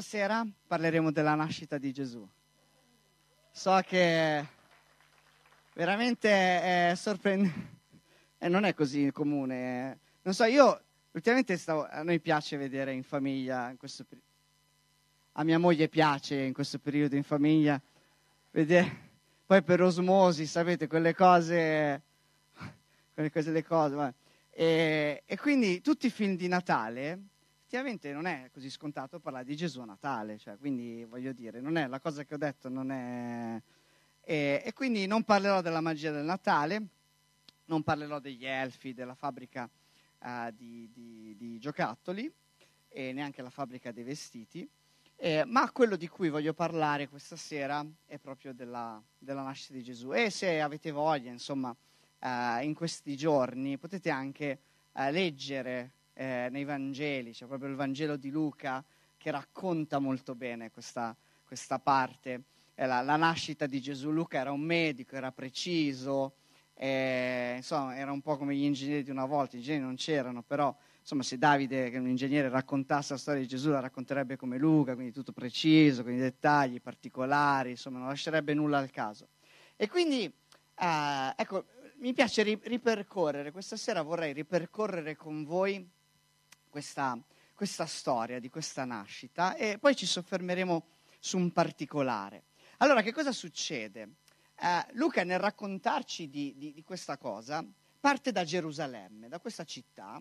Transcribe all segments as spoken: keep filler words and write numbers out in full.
sera parleremo della nascita di Gesù. So che veramente è sorprendente e non è così comune. Non so, io ultimamente stavo, a noi piace vedere in famiglia, in questo periodo, a mia moglie piace in questo periodo in famiglia, vedere, poi per osmosi, sapete, quelle cose, quelle cose, le cose, va. E, e quindi tutti i film di Natale, effettivamente non è così scontato parlare di Gesù a Natale, cioè, quindi voglio dire, non è la cosa che ho detto, non è... E, e quindi non parlerò della magia del Natale, non parlerò degli elfi, della fabbrica uh, di, di, di giocattoli e neanche la fabbrica dei vestiti, eh, ma quello di cui voglio parlare questa sera è proprio della, della nascita di Gesù. E se avete voglia, insomma, uh, in questi giorni potete anche uh, leggere eh, nei Vangeli, c'è proprio il Vangelo di Luca che racconta molto bene questa, questa parte, eh, la, la nascita di Gesù. Luca era un medico, era preciso, eh, insomma era un po' come gli ingegneri di una volta, gli ingegneri non c'erano, però insomma se Davide, che è un ingegnere, raccontasse la storia di Gesù la racconterebbe come Luca, quindi tutto preciso, con i dettagli particolari, insomma non lascerebbe nulla al caso. E quindi eh, ecco, mi piace ri- ripercorrere, questa sera vorrei ripercorrere con voi questa, questa storia di questa nascita e poi ci soffermeremo su un particolare. Allora, che cosa succede? Eh, Luca nel raccontarci di, di, di questa cosa parte da Gerusalemme, da questa città,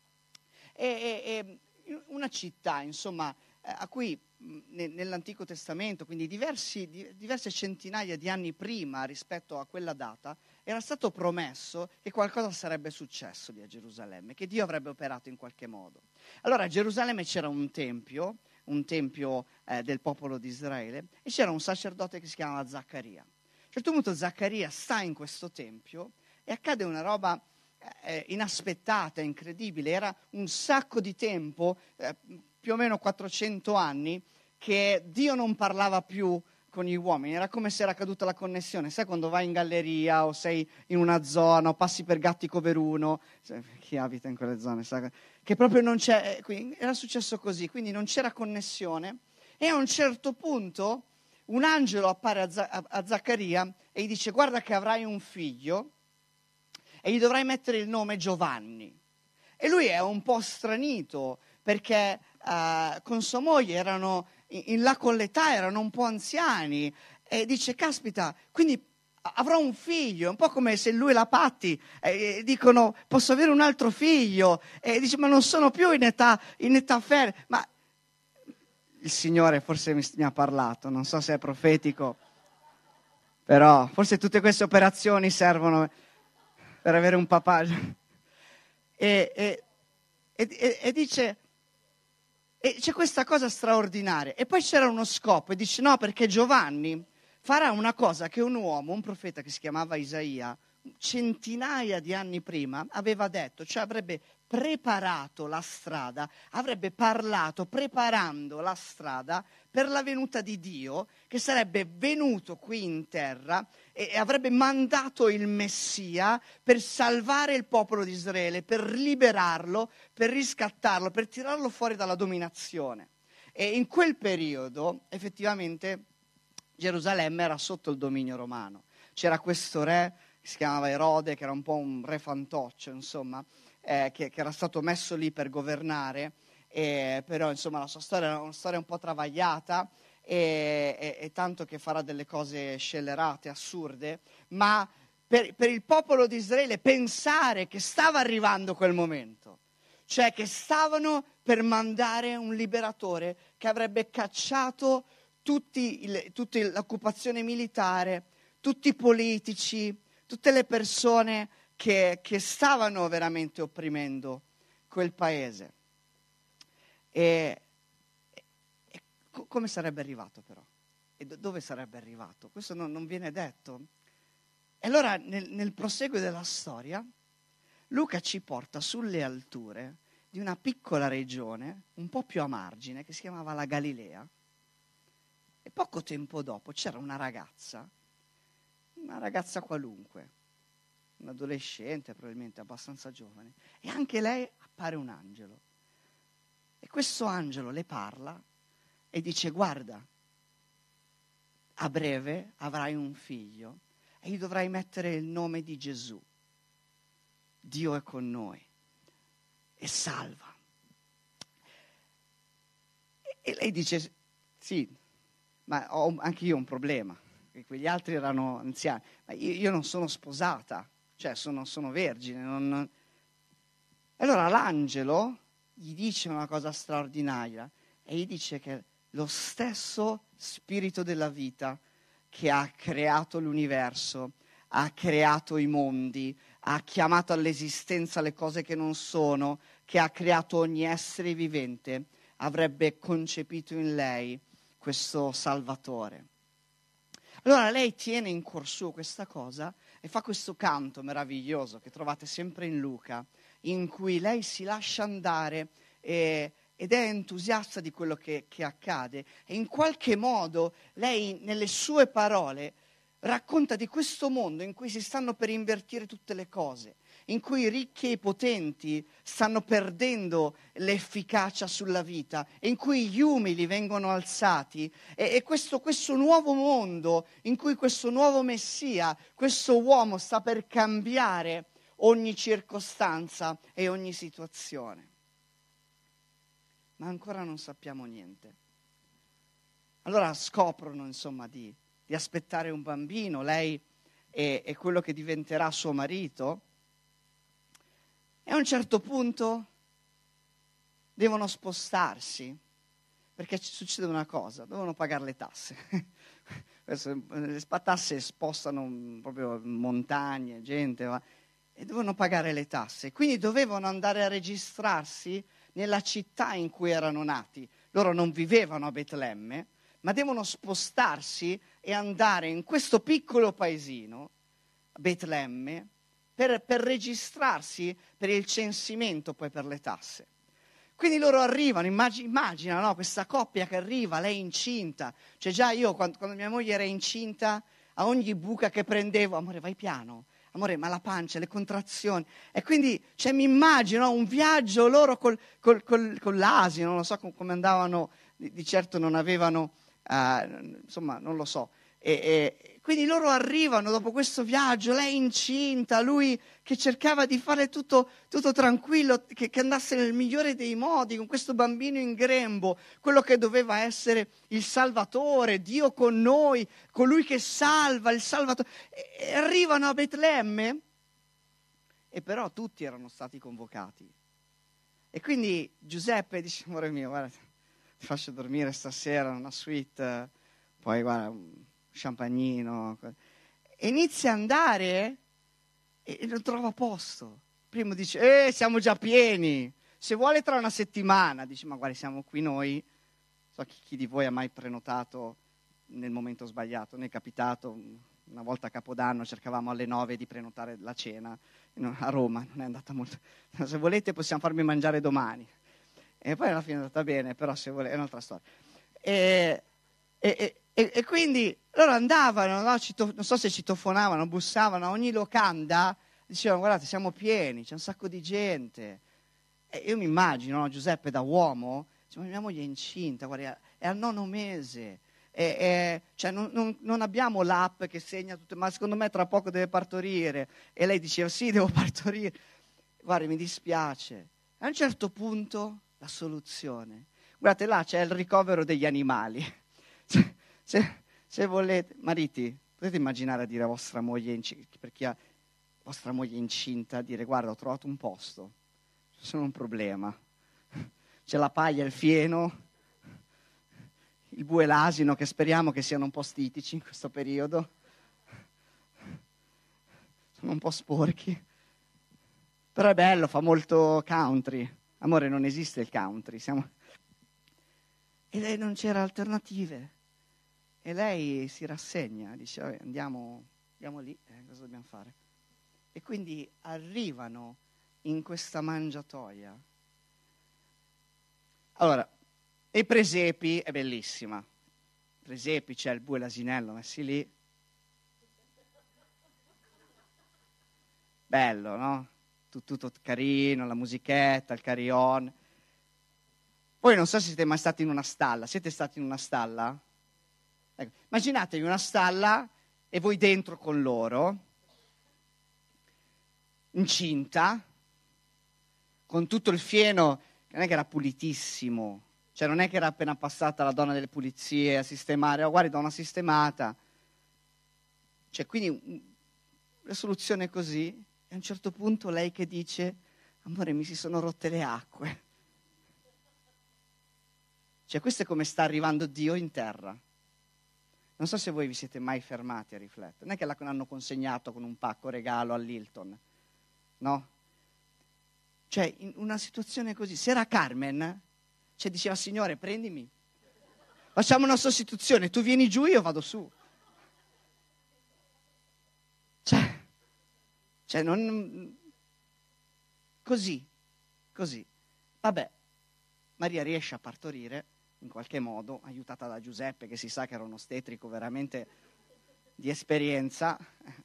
e, e, e una città, insomma, eh, a cui mh, ne, nell'Antico Testamento, quindi diversi, di, diverse centinaia di anni prima rispetto a quella data, era stato promesso che qualcosa sarebbe successo lì a Gerusalemme, che Dio avrebbe operato in qualche modo. Allora a Gerusalemme c'era un tempio, un tempio eh, del popolo di Israele, e c'era un sacerdote che si chiamava Zaccaria. A un certo punto Zaccaria sta in questo tempio e accade una roba eh, inaspettata, incredibile. Era un sacco di tempo, eh, più o meno quattrocento anni, che Dio non parlava più con gli uomini, era come se era caduta la connessione. Sai quando vai in galleria o sei in una zona o passi per Gatti-Coveruno, chi abita in quelle zone sa che proprio non c'è, era successo così, quindi non c'era connessione e a un certo punto un angelo appare a, Z- a Zaccaria e gli dice: guarda che avrai un figlio e gli dovrai mettere il nome Giovanni. E lui è un po' stranito perché uh, con sua moglie erano in là con l'età, erano un po' anziani, e dice: caspita, quindi avrò un figlio, un po' come se lui e la Patti eh, dicono: posso avere un altro figlio, e dice: ma non sono più in età, in età ferma. Ma il Signore forse mi, mi ha parlato, non so se è profetico, però forse tutte queste operazioni servono per avere un papà. E, e, e, e dice, e c'è questa cosa straordinaria. E poi c'era uno scopo, e dice: no, perché Giovanni farà una cosa che un uomo, un profeta che si chiamava Isaia, centinaia di anni prima aveva detto, cioè avrebbe preparato la strada, avrebbe parlato preparando la strada per la venuta di Dio, che sarebbe venuto qui in terra e, e avrebbe mandato il Messia per salvare il popolo di Israele, per liberarlo, per riscattarlo, per tirarlo fuori dalla dominazione. E in quel periodo effettivamente Gerusalemme era sotto il dominio romano. C'era questo re che si chiamava Erode, che era un po' un re fantoccio, insomma, eh, che, che era stato messo lì per governare, eh, però insomma la sua storia era una storia un po' travagliata, e, e, e tanto che farà delle cose scellerate, assurde, ma per, per il popolo di Israele pensare che stava arrivando quel momento, cioè che stavano per mandare un liberatore che avrebbe cacciato tutti il, tutta l'occupazione militare, tutti i politici, tutte le persone che, che stavano veramente opprimendo quel paese. E, e co- come sarebbe arrivato però? E do, dove sarebbe arrivato? Questo non, non viene detto. E allora nel, nel proseguo della storia Luca ci porta sulle alture di una piccola regione, un po' più a margine, che si chiamava la Galilea. E poco tempo dopo c'era una ragazza, una ragazza qualunque, un adolescente probabilmente abbastanza giovane, e anche lei appare un angelo. E questo angelo le parla e dice: guarda, a breve avrai un figlio e gli dovrai mettere il nome di Gesù. Dio è con noi e salva. E lei dice: sì, ma ho anche io un problema, perché quegli altri erano anziani, ma io, io non sono sposata, cioè sono, sono vergine. Non, non... Allora l'angelo gli dice una cosa straordinaria e gli dice che lo stesso spirito della vita che ha creato l'universo, ha creato i mondi, ha chiamato all'esistenza le cose che non sono, che ha creato ogni essere vivente, avrebbe concepito in lei questo Salvatore. Allora lei tiene in cuor suo questa cosa e fa questo canto meraviglioso che trovate sempre in Luca, in cui lei si lascia andare e, ed è entusiasta di quello che, che accade, e in qualche modo lei nelle sue parole racconta di questo mondo in cui si stanno per invertire tutte le cose, in cui i ricchi e i potenti stanno perdendo l'efficacia sulla vita, e in cui gli umili vengono alzati, e, e questo, questo nuovo mondo in cui questo nuovo Messia, questo uomo sta per cambiare ogni circostanza e ogni situazione. Ma ancora non sappiamo niente. Allora scoprono, insomma, di, di aspettare un bambino, lei e, e quello che diventerà suo marito, e a un certo punto devono spostarsi, perché succede una cosa: devono pagare le tasse. Le tasse spostano proprio montagne, gente, va, e devono pagare le tasse. Quindi dovevano andare a registrarsi nella città in cui erano nati. Loro non vivevano a Betlemme, ma devono spostarsi e andare in questo piccolo paesino, Betlemme, per, per registrarsi per il censimento, poi per le tasse. Quindi loro arrivano, immagina, immagina no? Questa coppia che arriva, lei incinta. Cioè già io, quando, quando mia moglie era incinta, a ogni buca che prendevo: amore, vai piano, amore, ma la pancia, le contrazioni. E quindi cioè, mi immagino un viaggio loro col, col, col, con l'asino, non lo so come andavano, di, di certo non avevano, uh, insomma, non lo so. E, e, quindi loro arrivano dopo questo viaggio, lei incinta, lui che cercava di fare tutto, tutto tranquillo, che, che andasse nel migliore dei modi, con questo bambino in grembo, quello che doveva essere il Salvatore, Dio con noi, colui che salva, il Salvatore. E, e arrivano a Betlemme, e però tutti erano stati convocati. E quindi Giuseppe dice: amore mio, guarda, ti faccio dormire stasera, una suite, poi guarda, un champagnino, e inizia a andare e non trova posto. Primo dice: eh, siamo già pieni, se vuole tra una settimana. Dice: ma guarda, siamo qui noi. So chi, chi di voi ha mai prenotato nel momento sbagliato. Ne è capitato una volta a Capodanno, cercavamo alle nove di prenotare la cena a Roma, non è andata molto. Se volete possiamo farmi mangiare domani. E poi alla fine è andata bene, però se volete è un'altra storia. E, e, e, e quindi loro andavano, no? Cito, non so se citofonavano, bussavano a ogni locanda, dicevano: guardate, siamo pieni, c'è un sacco di gente. E io mi immagino, no? Giuseppe da uomo, dice: ma mia moglie è incinta, guarda, è al nono mese, e, e, cioè non, non, non abbiamo l'app che segna tutto, ma secondo me tra poco deve partorire. E lei diceva: sì, devo partorire. Guarda, mi dispiace. A un certo punto la soluzione. Guardate, là c'è il ricovero degli animali. Se, se, se volete, mariti, potete immaginare a dire a vostra moglie incinta, per chi ha vostra moglie incinta, a dire: guarda, ho trovato un posto, c'è solo un problema, c'è la paglia e il fieno, il bue e l'asino, che speriamo che siano un po' stitici in questo periodo, sono un po' sporchi, però è bello, fa molto country. Amore, non esiste il country, siamo... E lei non c'era alternative. E lei si rassegna, dice: vabbè, andiamo, andiamo lì, eh, cosa dobbiamo fare? E quindi arrivano in questa mangiatoia. Allora, e presepi è bellissima. Presepi, c'è il bue e l'asinello messi lì. Bello, no? Tutto, tutto carino, la musichetta, il carillon. Poi non so se siete mai stati in una stalla. Siete stati in una stalla? Ecco, immaginatevi una stalla e voi dentro con loro, incinta, con tutto il fieno, che non è che era pulitissimo, cioè non è che era appena passata la donna delle pulizie a sistemare, oh guardi, donna sistemata. Cioè quindi la soluzione è così, e a un certo punto lei che dice, amore mi si sono rotte le acque. Cioè questo è come sta arrivando Dio in terra. Non so se voi vi siete mai fermati a riflettere, non è che l'hanno consegnato con un pacco regalo all'Hilton, no? Cioè in una situazione così, se era Carmen, cioè diceva Signore prendimi, facciamo una sostituzione, tu vieni giù, io vado su. Cioè, cioè non... Così, così. Vabbè, Maria riesce a partorire in qualche modo, aiutata da Giuseppe, che si sa che era uno ostetrico veramente di esperienza.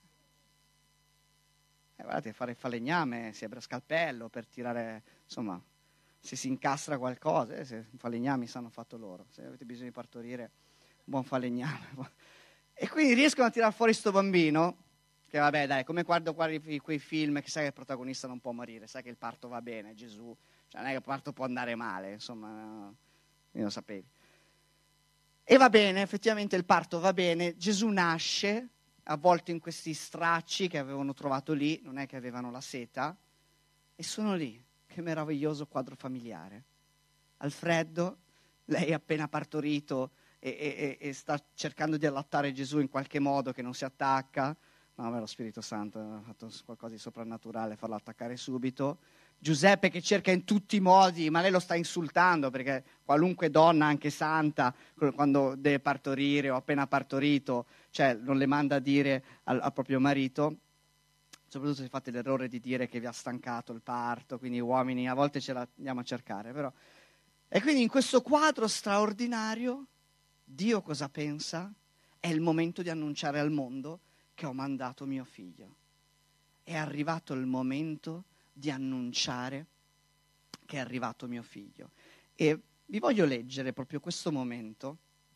E guardate, fare il falegname, si apre il scalpello per tirare, insomma, se si incastra qualcosa, eh, se falegnami sanno fatto loro. Se avete bisogno di partorire, un buon falegname. E quindi riescono a tirare fuori sto bambino, che vabbè dai, come quando guardi quei film che sai che il protagonista non può morire, sai che il parto va bene, Gesù, cioè non è che il parto può andare male, insomma, io lo sapevi. E va bene, effettivamente il parto va bene, Gesù nasce, avvolto in questi stracci che avevano trovato lì, non è che avevano la seta, e sono lì, che meraviglioso quadro familiare. Al freddo, lei appena partorito e, e, e sta cercando di allattare Gesù in qualche modo che non si attacca, no, beh, lo Spirito Santo ha fatto qualcosa di soprannaturale, farlo attaccare subito. Giuseppe che cerca in tutti i modi, ma lei lo sta insultando perché qualunque donna, anche santa, quando deve partorire o appena partorito, cioè non le manda a dire al, al proprio marito, soprattutto se fate l'errore di dire che vi ha stancato il parto, quindi uomini a volte ce la andiamo a cercare, però. E quindi in questo quadro straordinario, Dio cosa pensa? È il momento di annunciare al mondo che ho mandato mio figlio. È arrivato il momento di annunciare che è arrivato mio figlio. E vi voglio leggere proprio questo momento,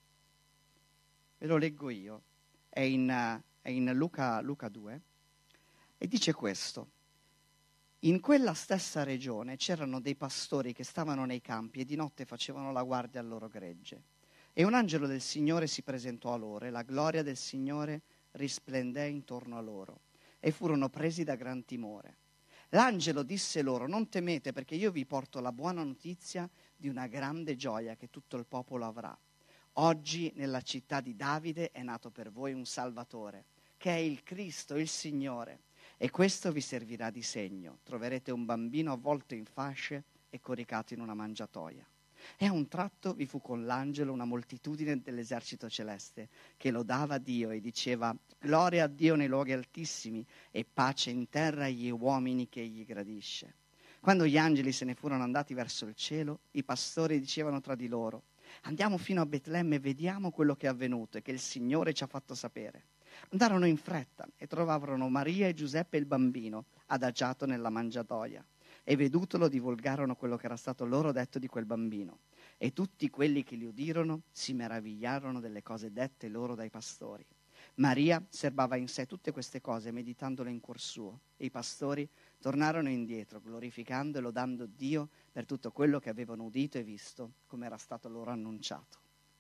ve lo leggo io, è in, è in Luca, Luca due, e dice questo: in quella stessa regione c'erano dei pastori che stavano nei campi e di notte facevano la guardia al loro gregge. E un angelo del Signore si presentò a loro e la gloria del Signore risplendé intorno a loro e furono presi da gran timore. L'angelo disse loro: non temete, perché io vi porto la buona notizia di una grande gioia che tutto il popolo avrà. Oggi nella città di Davide è nato per voi un Salvatore, che è il Cristo, il Signore. E questo vi servirà di segno. Troverete un bambino avvolto in fasce e coricato in una mangiatoia. E a un tratto vi fu con l'angelo una moltitudine dell'esercito celeste che lodava Dio e diceva: gloria a Dio nei luoghi altissimi e pace in terra agli uomini che egli gradisce. Quando gli angeli se ne furono andati verso il cielo, i pastori dicevano tra di loro: andiamo fino a Betlemme e vediamo quello che è avvenuto e che il Signore ci ha fatto sapere. Andarono in fretta e trovarono Maria e Giuseppe e il bambino adagiato nella mangiatoia. E vedutolo divulgarono quello che era stato loro detto di quel bambino. E tutti quelli che li udirono si meravigliarono delle cose dette loro dai pastori. Maria serbava in sé tutte queste cose, meditandole in cuor suo. E i pastori tornarono indietro, glorificando e lodando Dio per tutto quello che avevano udito e visto, come era stato loro annunciato.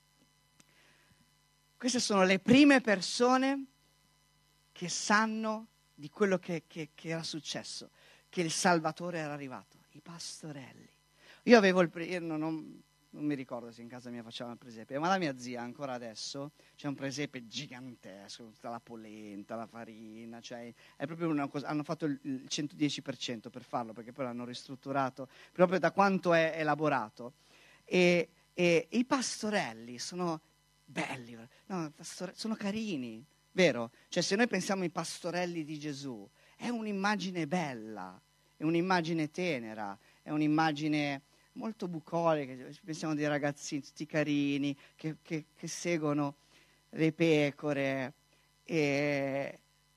Queste sono le prime persone che sanno di quello che, che, che era successo, che il Salvatore era arrivato, i pastorelli. Io avevo il pre- io non, non, non mi ricordo se in casa mia facevano il presepe, ma la mia zia ancora adesso c'è un presepe gigantesco, tutta la polenta, la farina, cioè è proprio una cosa, hanno fatto il, il centodieci per cento per farlo, perché poi l'hanno ristrutturato proprio da quanto è elaborato. E, e i pastorelli sono belli, no, pastore, sono carini, vero? Cioè se noi pensiamo ai pastorelli di Gesù, è un'immagine bella, è un'immagine tenera, è un'immagine molto bucolica. Pensiamo dei ragazzini tutti carini che, che, che seguono le pecore, e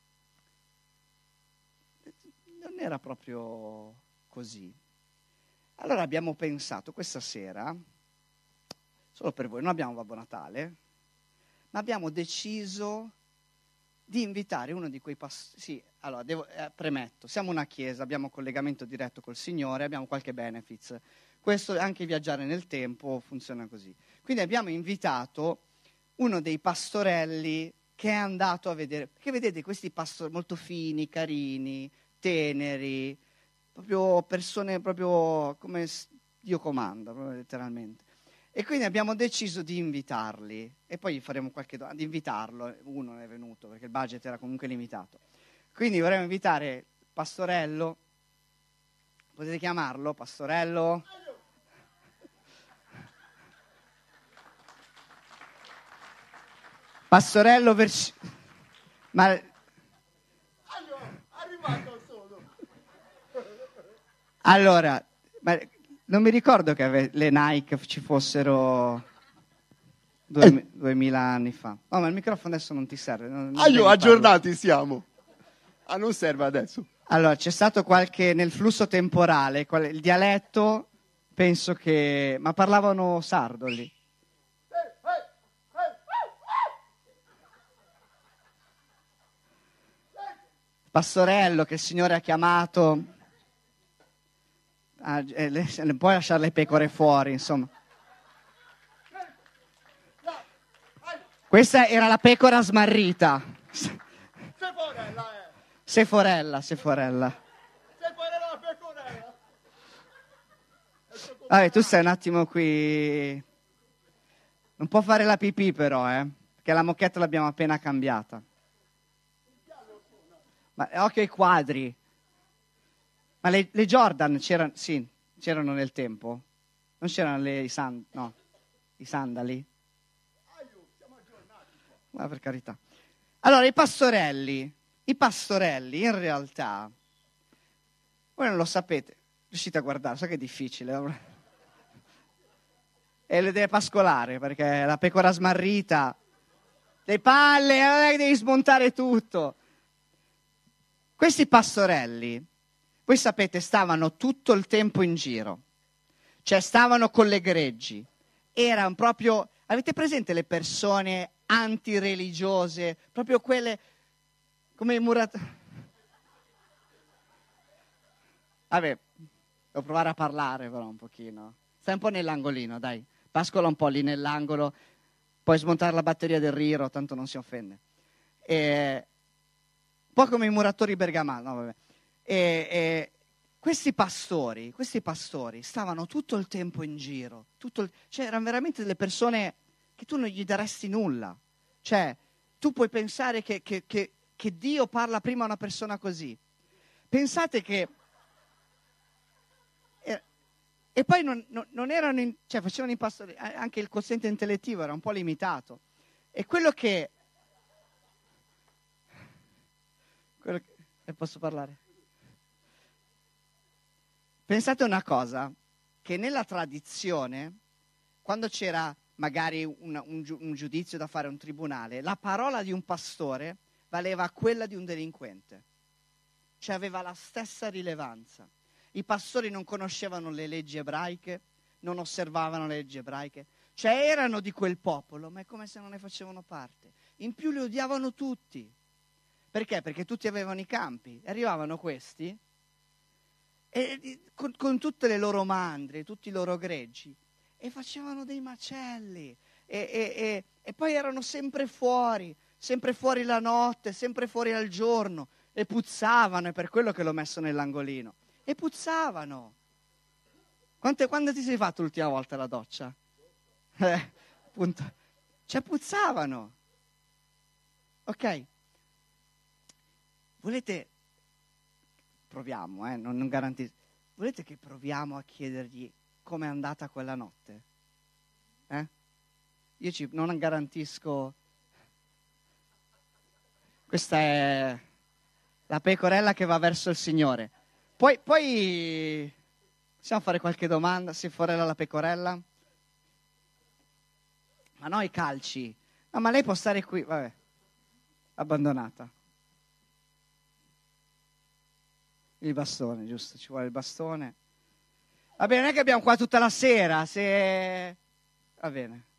non era proprio così. Allora abbiamo pensato questa sera solo per voi, non abbiamo Babbo Natale, ma abbiamo deciso di invitare uno di quei pastori. Sì, allora, devo, eh, premetto, siamo una chiesa, abbiamo collegamento diretto col Signore, abbiamo qualche benefits. Questo, anche viaggiare nel tempo, funziona così. Quindi abbiamo invitato uno dei pastorelli che è andato a vedere, perché vedete questi pastori molto fini, carini, teneri, proprio persone proprio come Dio comanda, proprio letteralmente. E quindi abbiamo deciso di invitarli e poi gli faremo qualche domanda, di invitarlo, uno non è venuto perché il budget era comunque limitato. Quindi vorremmo invitare il pastorello, potete chiamarlo pastorello? Pastorello vers... Ma... Arrivato solo. Allora, ma non mi ricordo che ave- le Nike ci fossero due, Eh. duemila anni fa. Oh, ma il microfono adesso non ti serve. Non, non Ah, io devi aggiornati farlo. siamo. Ah, non serve adesso. Allora, c'è stato qualche, nel flusso temporale, qual- il dialetto, penso che... Ma parlavano sardo lì. Pastorello che il Signore ha chiamato... Ah, eh, le, le puoi lasciare le pecore fuori, insomma. Questa era la pecora smarrita. Seforella, eh. Seforella, Seforella. Seforella la pecorella. Vabbè, tu stai un attimo qui. Non può fare la pipì però, eh? Perché la moquette l'abbiamo appena cambiata. Ma occhio ai quadri. Ma le, le Jordan c'erano, sì, c'erano nel tempo? Non c'erano le, i, san, no, i sandali? Ma per carità. Allora, i pastorelli, i pastorelli in realtà, voi non lo sapete, riuscite a guardare, so che è difficile, e le deve pascolare, perché la pecora smarrita, le palle, non è che devi smontare tutto. Questi pastorelli, voi sapete, stavano tutto il tempo in giro, cioè stavano con le greggi, erano proprio, avete presente le persone antireligiose, proprio quelle come i muratori? Vabbè, devo provare a parlare però un pochino. Stai un po' nell'angolino, dai, pascola un po' lì nell'angolo, puoi smontare la batteria del Riro, tanto non si offende. E... un po' come i muratori bergamaschi, no vabbè. E, e questi pastori, questi pastori stavano tutto il tempo in giro, tutto il, cioè erano veramente delle persone che tu non gli daresti nulla. Cioè, tu puoi pensare che, che, che, che Dio parla prima a una persona così. Pensate che... E, e poi non, non, non erano, in, cioè facevano i pastori, anche il quoziente intellettivo era un po' limitato. E quello che... quello che eh, posso parlare? Pensate una cosa, che nella tradizione, quando c'era magari un, un, un giudizio da fare a un tribunale, la parola di un pastore valeva quella di un delinquente, cioè aveva la stessa rilevanza. I pastori non conoscevano le leggi ebraiche, non osservavano le leggi ebraiche, cioè erano di quel popolo, ma è come se non ne facevano parte. In più li odiavano tutti. Perché? Perché tutti avevano i campi, arrivavano questi e, con, con tutte le loro mandrie, tutti i loro greggi, e facevano dei macelli e, e, e, e poi erano sempre fuori, sempre fuori la notte, sempre fuori al giorno, e puzzavano, è per quello che l'ho messo nell'angolino, e puzzavano. Quante, quando ti sei fatto l'ultima volta la doccia? Eh, appunto. Cioè puzzavano. Ok? Volete, proviamo, eh, non, non garantisco, volete che proviamo a chiedergli com'è andata quella notte? Eh? Io ci, non garantisco, questa è la pecorella che va verso il Signore. Poi, poi possiamo fare qualche domanda, se forella la pecorella? Ma no, i calci. No, ma lei può stare qui, vabbè, abbandonata. Il bastone, giusto, ci vuole il bastone. Va bene, non è che abbiamo qua tutta la sera, se... Va bene.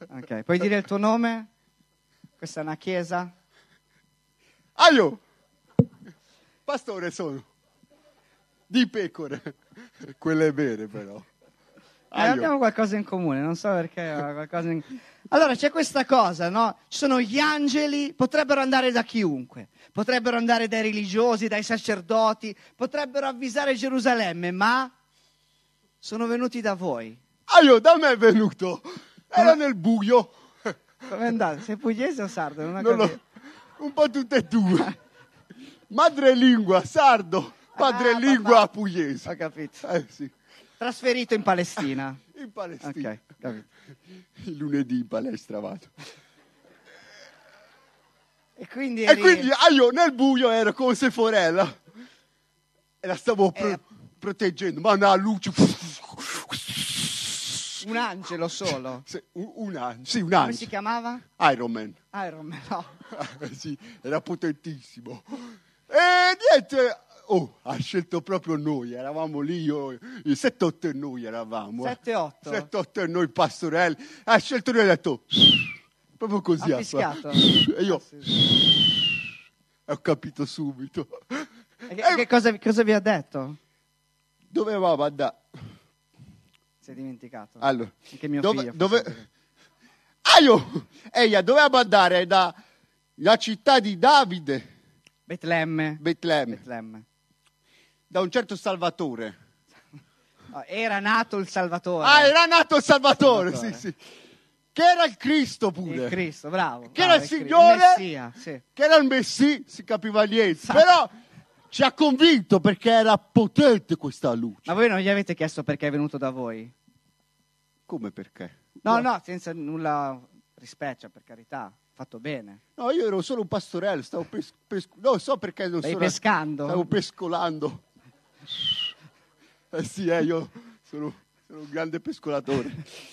Ok, puoi dire il tuo nome? Questa è una chiesa? Ah, io, pastore sono, di pecore, quelle vere però. Eh, Ah, io. abbiamo qualcosa in comune, non so perché. ma qualcosa in... Allora c'è questa cosa, no? Ci sono gli angeli, potrebbero andare da chiunque, potrebbero andare dai religiosi, dai sacerdoti, potrebbero avvisare Gerusalemme, ma sono venuti da voi. Ah, io, da me è venuto, era Come- nel buio, Come andate? Sei pugliese o sardo? Non ho non capito. lo- un po' tutte e due. Madrelingua, sardo, padrelingua Ah, pugliese. Ho capito. Eh sì, Trasferito in Palestina. in Palestina. Ok, capito. Il lunedì in palestra vado. E quindi, E eri- quindi ah, io nel buio ero con Seforella e la stavo pro- Eh. proteggendo, ma una luce. un angelo solo. Sì, un, un angelo, sì, un Come angelo. si chiamava? Iron Man. Iron Man, no. Sì, era potentissimo. E niente, oh, ha scelto proprio noi, eravamo lì, io, sette otto e noi eravamo. sette otto? sette otto e noi pastorelli. Ha scelto noi e ha detto, proprio così. Ha ha fischiato? fatto. E io Ah, sì, sì. ho capito subito. E che, che cosa, cosa vi ha detto? Dovevamo andare. Si è dimenticato. Allora, Anche mio dove, figlio. dove... forse. Ah, io, Eia, dovevamo andare da la città di Davide, Betlemme. Betlemme, Betlemme. da un certo Salvatore. Oh, era nato il Salvatore. Ah, era nato il Salvatore, Salvatore. sì, sì. Che era il Cristo pure. Il Cristo, bravo. Che bravo, era il Cri- Signore. Il Messia, sì. Che era il Messi, si capiva niente. Sa- Però ci ha convinto perché era potente questa luce. Ma voi non gli avete chiesto perché è venuto da voi? Come perché? No, no, senza nulla rispetto, cioè, per carità. Fatto bene. No, io ero solo un pastorello, stavo pes- pes- no, so perché non Stai sono... pescando? Stavo pescolando. Eh sì, eh, io sono, sono un grande pescolatore.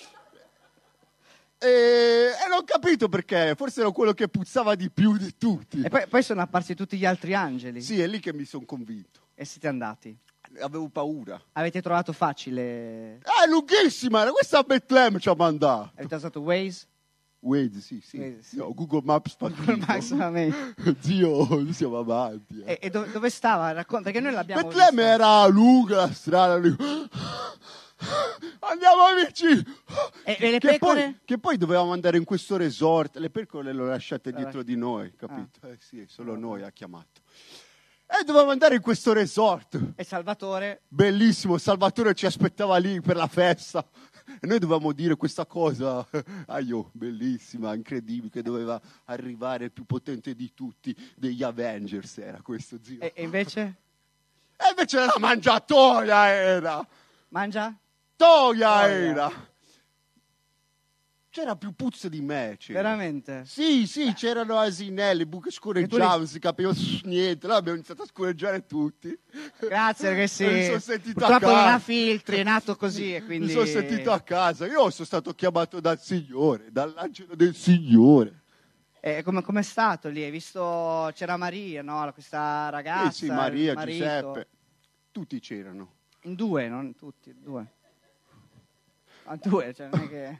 E, e non ho capito perché, forse ero quello che puzzava di più di tutti. E poi, poi sono apparsi tutti gli altri angeli. Sì, è lì che mi sono convinto. E siete andati. Avevo paura. Avete trovato facile? Ah, è lunghissima, era questa a Betlemme ci ha mandato. Avete usato Waze? Waze, sì, sì. Waze, sì. No, Google Maps fa Google tutto. Maps va meglio. Zio, siamo avanti. eh. E, e dove, dove stava? Raccon- perché noi l'abbiamo Betlemme vista. era lunga la strada lì. Andiamo amici! E, e le Che pecore? poi, che poi dovevamo andare in questo resort, le pecore le ho lasciate Ah. dietro di noi, capito? Eh sì, solo noi ha chiamato. E dovevamo andare in questo resort. E Salvatore? Bellissimo, Salvatore ci aspettava lì per la festa. E noi dovevamo dire questa cosa, ah io, bellissima, incredibile, che doveva arrivare il più potente di tutti, degli Avengers, era questo zio. E, e invece? E invece la mangiatoia era, Mangia? toia Toia. era. C'era più puzza di me. C'era. Veramente? Sì, sì, c'erano asinelli, buche scorreggiavano, non si capiva niente. Allora abbiamo iniziato a scorreggiare tutti. Grazie, perché sì. Mi sono sentito a Purtroppo non casa. ha filtri, è nato così e quindi... Mi sono sentito a casa. Io sono stato chiamato dal Signore, dall'angelo del Signore. E come com'è stato lì? Hai visto, c'era Maria, no? Questa ragazza, Sì, sì, Maria, il marito. Giuseppe. Tutti c'erano. In due, non tutti, due. A due, cioè non è che...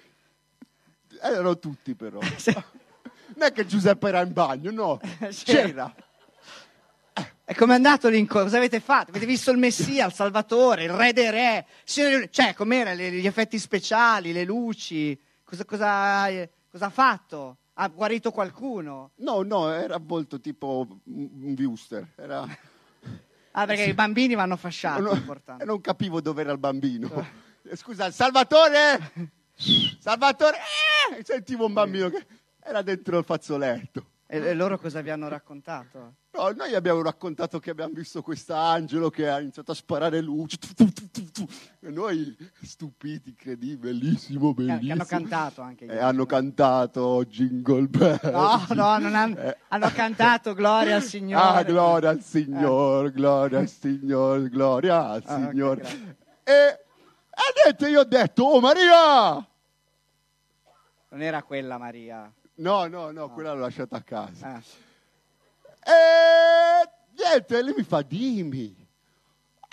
Erano tutti però. Sì. Non è che Giuseppe era in bagno, no. C'era. E com'è andato l'incontro? Cosa avete fatto? Avete visto il Messia, il Salvatore, il Re dei Re? Signore- Cioè, com'erano gli effetti speciali, le luci? Cosa, cosa, cosa ha fatto? Ha guarito qualcuno? No, no, era molto tipo un viewster. Era... Ah, perché i bambini vanno fasciati, non, importante. e non capivo dove era il bambino. Eh, Scusa, Salvatore! Salvatore! Eh! Sentivo un bambino che era dentro il fazzoletto. E, e loro cosa vi hanno raccontato? No, noi abbiamo raccontato che abbiamo visto quest'angelo che ha iniziato a sparare luci. Tu, tu, tu, tu, tu. E noi, stupiti, incredibile, bellissimo, Che, bellissimo. che hanno cantato anche. gli E hanno altri. cantato Jingle Bells. No, no, non hanno, Eh. hanno cantato Gloria al Signore. Ah, gloria al Signore, gloria al Signore, gloria al Ah, ok, Signore. grazie. e, e niente, io ho detto, oh Maria! Non era quella Maria. No, no, no, quella l'ho lasciata a casa. Ah. E niente, lei mi fa, dimmi.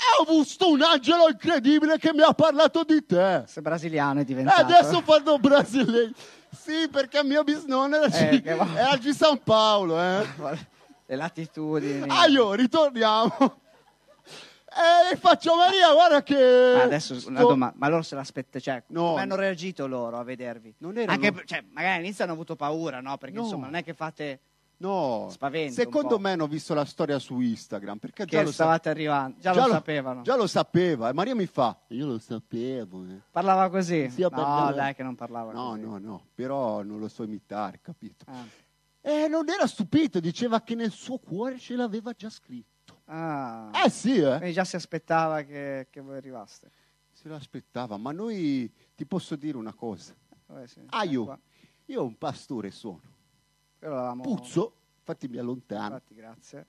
ho visto un angelo incredibile che mi ha parlato di te. Sei brasiliano è E diventato. adesso fanno brasiliano. Sì, perché mio bisnonno era, Eh, G- che va- era di San Paolo. Eh. Le latitudini. Ah, io, ritorniamo. E faccio Maria, guarda che... Ma adesso una sto- domanda, ma loro se l'aspetta, cioè, No. come hanno reagito loro a vedervi? Non erano- Anche, cioè, magari all'inizio hanno avuto paura, no? Perché No. insomma non è che fate No, spavento un secondo po'. me hanno visto la storia su Instagram, perché già che lo, sa- stavate arrivando, già, lo sapevano. Già lo sapeva. E Maria mi fa, io lo sapevo. eh. Parlava così? Sì, no, perché- dai che non parlava No, così. no, no, però non lo so imitare, capito? Ah. E non era stupito, diceva che nel suo cuore ce l'aveva già scritto. Ah. Eh sì, eh. Quindi già si aspettava che, che voi arrivaste. Se lo aspettava, ma noi ti posso dire una cosa. Vabbè, sì, Ah, eh, io, qua. io un pastore sono. Quello l'avevamo- Puzzo, infatti mi allontano. Infatti, grazie.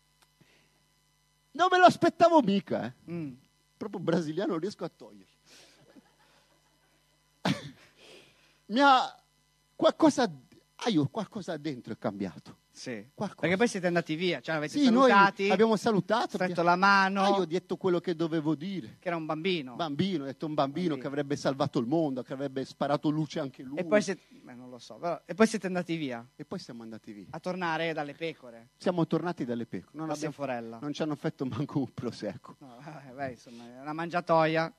Non me lo aspettavo mica, eh. Mm. Proprio brasiliano non riesco a toglierlo. Mi ha qualcosa, ah, io, qualcosa dentro è cambiato. Sì. Qualcosa. Perché poi siete andati via, cioè avete Sì, salutati, noi abbiamo salutato, stretto abbiamo- la mano, Ah, io ho detto quello che dovevo dire. che era un bambino. Bambino, ho detto un bambino, Bambino. che avrebbe salvato il mondo, che avrebbe sparato luce anche lui. E poi siete, beh, non lo so, però, e poi siete andati via E poi siamo andati via. a tornare dalle pecore. Siamo tornati dalle pecore. Non, La abbiamo- Seforella. non ci hanno fatto manco un prosecco. No, vabbè, beh, insomma, è una mangiatoia.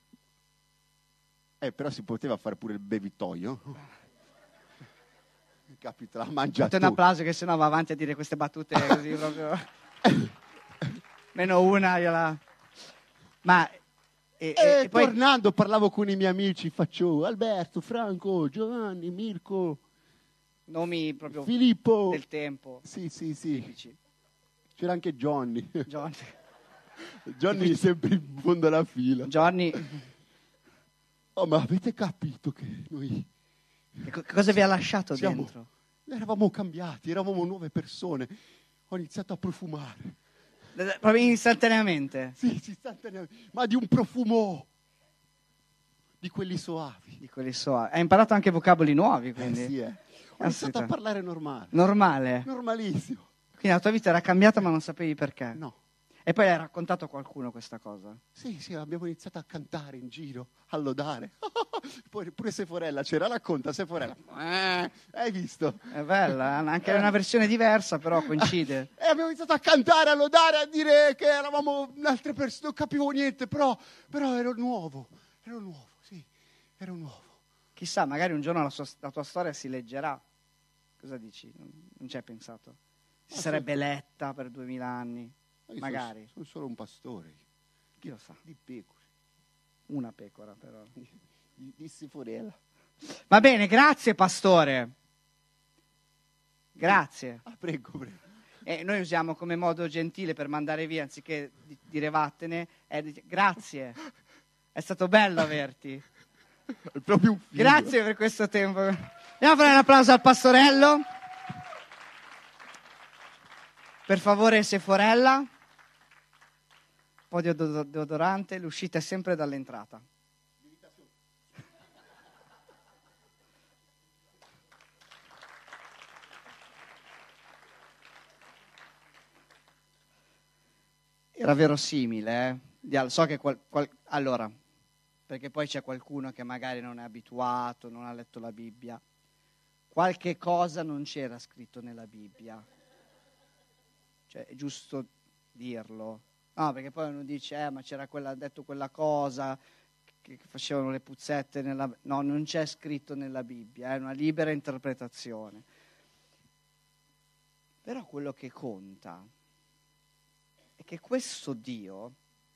Eh, però si poteva fare pure il bevitoio. Capito, la Fate mangiato. un applauso che sennò va avanti a dire queste battute così proprio. Meno una io la... Ma... E, e- E, e poi... tornando parlavo con i miei amici, faccio Alberto, Franco, Giovanni, Mirko, Nomi proprio Filippo. del tempo. Sì, sì, sì. Tipici. C'era anche Johnny. Johnny. Johnny è sempre in fondo alla fila. Johnny, Oh, ma avete capito che noi che co- che cosa vi ha lasciato siamo, dentro? eravamo cambiati, eravamo nuove persone. Ho iniziato a profumare. Eh, Proprio istantaneamente. Sì, sì, istantaneamente. Ma di un profumo di quelli soavi. Di quelli so. Hai imparato anche vocaboli nuovi, quindi. Eh sì, eh. Ho Caspita. iniziato a parlare normale. Normale. Normalissimo. Quindi la tua vita era cambiata ma non sapevi perché. No. E poi hai raccontato a qualcuno questa cosa. Sì, sì, abbiamo iniziato a cantare in giro, a lodare. Poi pure Seforella c'era, racconta Seforella. Eh, hai visto? È bella, eh? Anche una versione diversa, però coincide. E abbiamo iniziato a cantare, a lodare, a dire che eravamo altre persone, non capivo niente, però, però ero nuovo, ero nuovo, sì, ero nuovo. Chissà, magari un giorno la, sua- la tua storia si leggerà. Cosa dici? Non non ci hai pensato? Si Ma sarebbe letta per duemila anni. Io Magari. Sono, sono solo un pastore, Chi lo sa? di pecore, Una pecora, però. di, di Seforella. Va bene, grazie, pastore. Grazie. Ah, prego, prego. E noi usiamo come modo gentile per mandare via, anziché di- dire vattene, è di- grazie. È stato bello averti. È proprio un figlio. Grazie per questo tempo. Andiamo a fare un applauso al pastorello. Per favore, Seforella. Un po' di odo- deodorante, l'uscita è sempre dall'entrata. Era verosimile, eh? Di al- So che qual- qual- allora, perché poi c'è qualcuno che magari non è abituato, non ha letto la Bibbia. Qualche cosa non c'era scritto nella Bibbia. Cioè, è giusto dirlo. No, perché poi uno dice, eh, ma c'era quella, ha detto quella cosa, che, che facevano le puzzette nella... No, non c'è scritto nella Bibbia, è una libera interpretazione. Però quello che conta è che questo Dio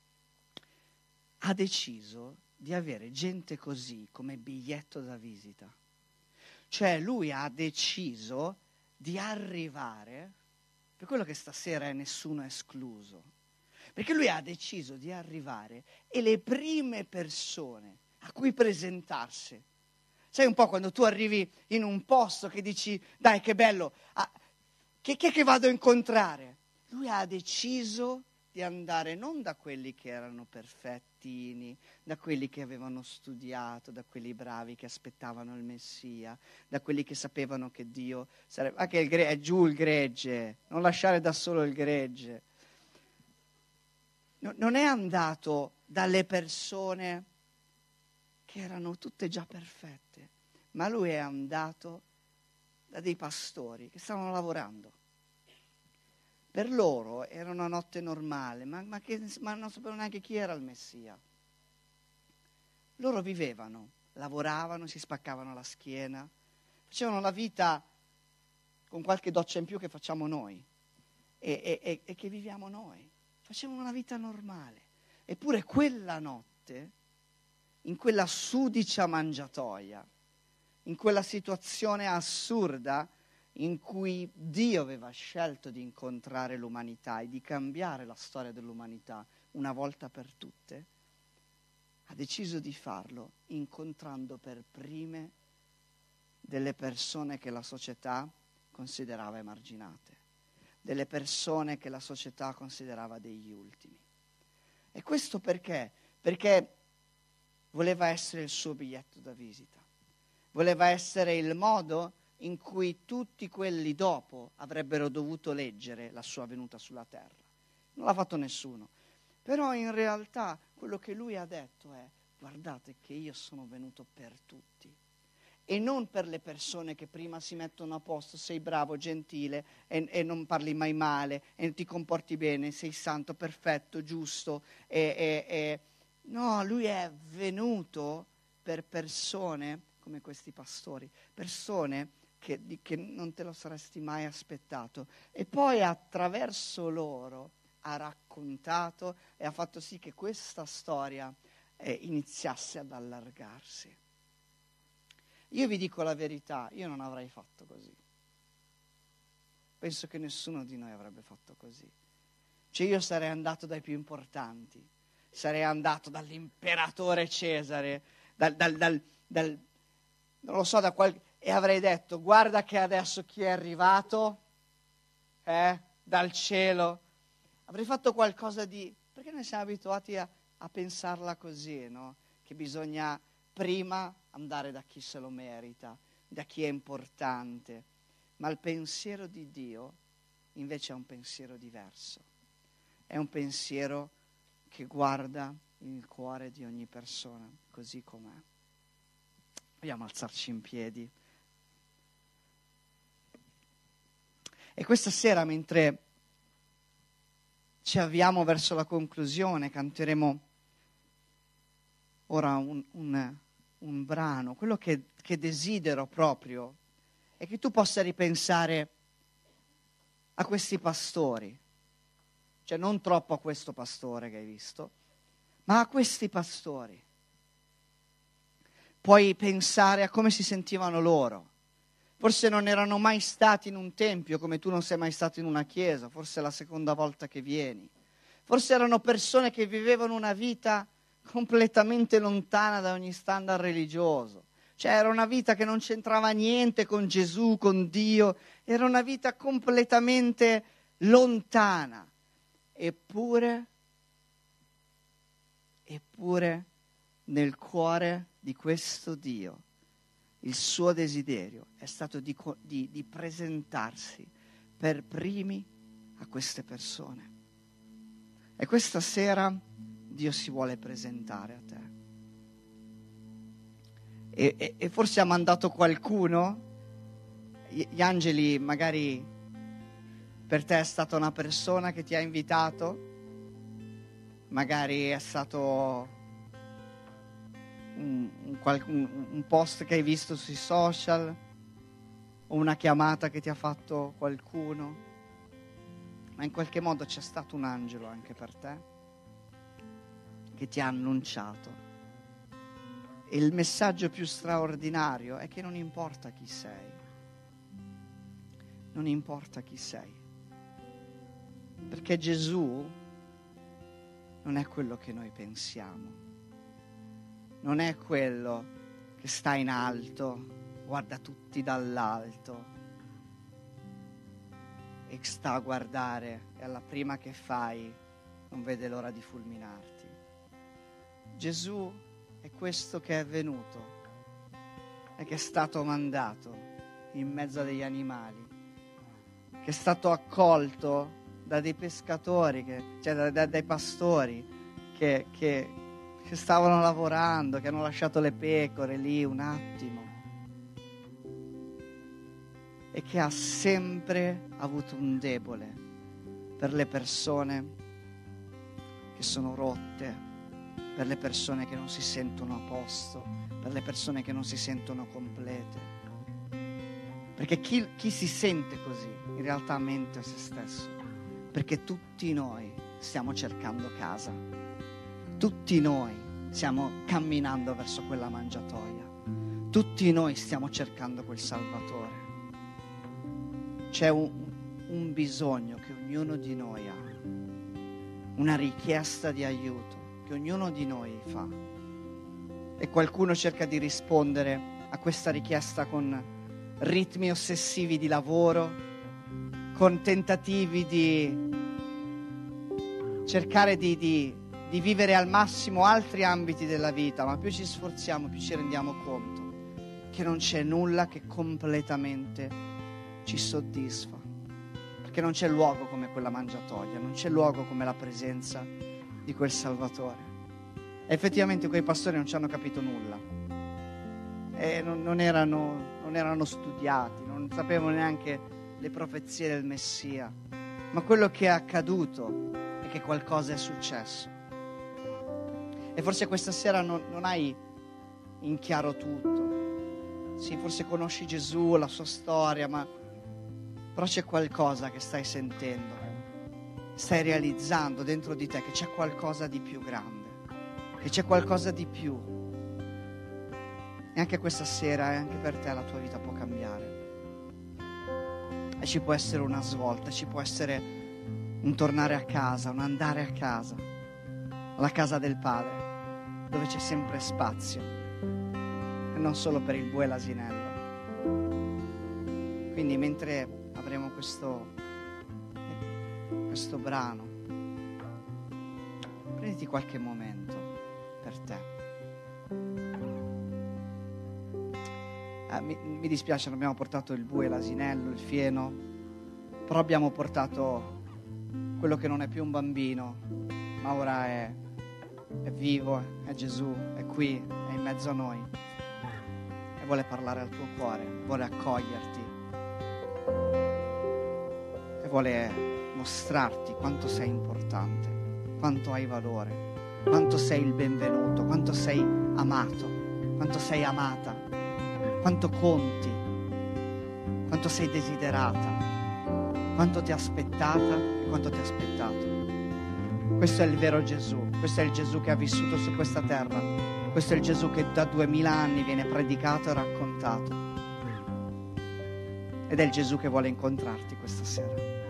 ha deciso di avere gente così come biglietto da visita. Cioè lui ha deciso di arrivare, per quello che stasera è nessuno escluso, perché lui ha deciso di arrivare e le prime persone a cui presentarsi. Sai un po' quando tu arrivi in un posto che dici, dai che bello, ah, che, che, che vado a incontrare? Lui ha deciso di andare non da quelli che erano perfettini, da quelli che avevano studiato, da quelli bravi che aspettavano il Messia, da quelli che sapevano che Dio sarebbe... Anche il gre- è giù il gregge, non lasciare da solo il gregge. no, non è andato dalle persone che erano tutte già perfette, ma lui è andato da dei pastori che stavano lavorando. Per loro era una notte normale, ma, ma, che, ma non sapevano neanche chi era il Messia. Loro vivevano, lavoravano, si spaccavano la schiena, facevano la vita con qualche doccia in più che facciamo noi e, e, e che viviamo noi. Facevano una vita normale. Eppure quella notte, in quella sudicia mangiatoia, in quella situazione assurda in cui Dio aveva scelto di incontrare l'umanità e di cambiare la storia dell'umanità una volta per tutte, ha deciso di farlo incontrando per prime delle persone che la società considerava emarginate, delle persone che la società considerava degli ultimi. E questo perché? Perché voleva essere il suo biglietto da visita, voleva essere il modo in cui tutti quelli dopo avrebbero dovuto leggere la sua venuta sulla terra. Non l'ha fatto nessuno. Però in realtà quello che lui ha detto è: guardate che io sono venuto per tutti. E non per le persone che prima si mettono a posto, sei bravo, gentile e, e non parli mai male e ti comporti bene, sei santo, perfetto, giusto. E, e, e... No, lui è venuto per persone come questi pastori, persone che, di, che non te lo saresti mai aspettato. E poi attraverso loro ha raccontato e ha fatto sì che questa storia eh, iniziasse ad allargarsi. Io vi dico la verità, io non avrei fatto così. Penso che nessuno di noi avrebbe fatto così. Cioè io sarei andato dai più importanti, sarei andato dall'imperatore Cesare, dal, dal, dal, dal non lo so, da qual... e avrei detto: guarda che adesso chi è arrivato, eh, dal cielo. Avrei fatto qualcosa di... perché noi siamo abituati a, a pensarla così, no? Che bisogna prima andare da chi se lo merita, da chi è importante. Ma il pensiero di Dio invece è un pensiero diverso. È un pensiero che guarda il cuore di ogni persona, così com'è. Vogliamo alzarci in piedi. E questa sera, mentre ci avviamo verso la conclusione, canteremo ora un, un, un brano. Quello che, che desidero proprio è che tu possa ripensare a questi pastori, cioè non troppo a questo pastore che hai visto, ma a questi pastori. Puoi pensare a come si sentivano loro. Forse non erano mai stati in un tempio come tu non sei mai stato in una chiesa, forse è la seconda volta che vieni. Forse erano persone che vivevano una vita completamente lontana da ogni standard religioso. Cioè era una vita che non c'entrava niente con Gesù, con Dio, era una vita completamente lontana. Eppure, eppure nel cuore di questo Dio, il suo desiderio è stato di, di, di presentarsi per primi a queste persone. E questa sera Dio si vuole presentare a te. E, e, e forse ha mandato qualcuno, gli angeli magari per te è stata una persona che ti ha invitato, magari è stato Un, un, un post che hai visto sui social o una chiamata che ti ha fatto qualcuno, ma in qualche modo c'è stato un angelo anche per te che ti ha annunciato. E il messaggio più straordinario è che non importa chi sei, non importa chi sei, perché Gesù non è quello che noi pensiamo. Non è quello che sta in alto, guarda tutti dall'alto e sta a guardare e alla prima che fai non vede l'ora di fulminarti. Gesù è questo che è venuto e che è stato mandato in mezzo a degli animali, che è stato accolto da dei pescatori, che, cioè da, da, dai pastori che, che, che stavano lavorando, che hanno lasciato le pecore lì un attimo, e che ha sempre avuto un debole per le persone che sono rotte, per le persone che non si sentono a posto, per le persone che non si sentono complete. Perché chi, chi si sente così in realtà mente a se stesso, perché tutti noi stiamo cercando casa, tutti noi stiamo camminando verso quella mangiatoia, tutti noi stiamo cercando quel Salvatore. C'è un, un bisogno che ognuno di noi ha, una richiesta di aiuto che ognuno di noi fa, e qualcuno cerca di rispondere a questa richiesta con ritmi ossessivi di lavoro, con tentativi di cercare di, di, di vivere al massimo altri ambiti della vita, ma più ci sforziamo, più ci rendiamo conto che non c'è nulla che completamente ci soddisfa, perché non c'è luogo come quella mangiatoia, non c'è luogo come la presenza di quel Salvatore. E effettivamente quei pastori non ci hanno capito nulla, e non, non, erano, non erano studiati, non sapevano neanche le profezie del Messia, ma quello che è accaduto è che qualcosa è successo. E forse questa sera non, non hai in chiaro tutto, sì, forse conosci Gesù, la sua storia, ma però c'è qualcosa che stai sentendo, stai realizzando dentro di te che c'è qualcosa di più grande, che c'è qualcosa di più. E anche questa sera, e anche per te, la tua vita può cambiare. E ci può essere una svolta, ci può essere un tornare a casa, un andare a casa, alla casa del Padre, dove c'è sempre spazio, e non solo per il bue e l'asinello. Quindi mentre avremo questo, questo brano, prenditi qualche momento per te. Eh, mi, mi dispiace, non abbiamo portato il bue, l'asinello, il fieno, però abbiamo portato quello che non è più un bambino, ma ora è, è vivo, è Gesù, è qui, è in mezzo a noi, e vuole parlare al tuo cuore, vuole accoglierti, e vuole mostrarti quanto sei importante, quanto hai valore, quanto sei il benvenuto, quanto sei amato, quanto sei amata, quanto conti, quanto sei desiderata, quanto ti ha aspettata e quanto ti ha aspettato. Questo è il vero Gesù, questo è il Gesù che ha vissuto su questa terra, questo è il Gesù che da duemila anni viene predicato e raccontato, ed è il Gesù che vuole incontrarti questa sera.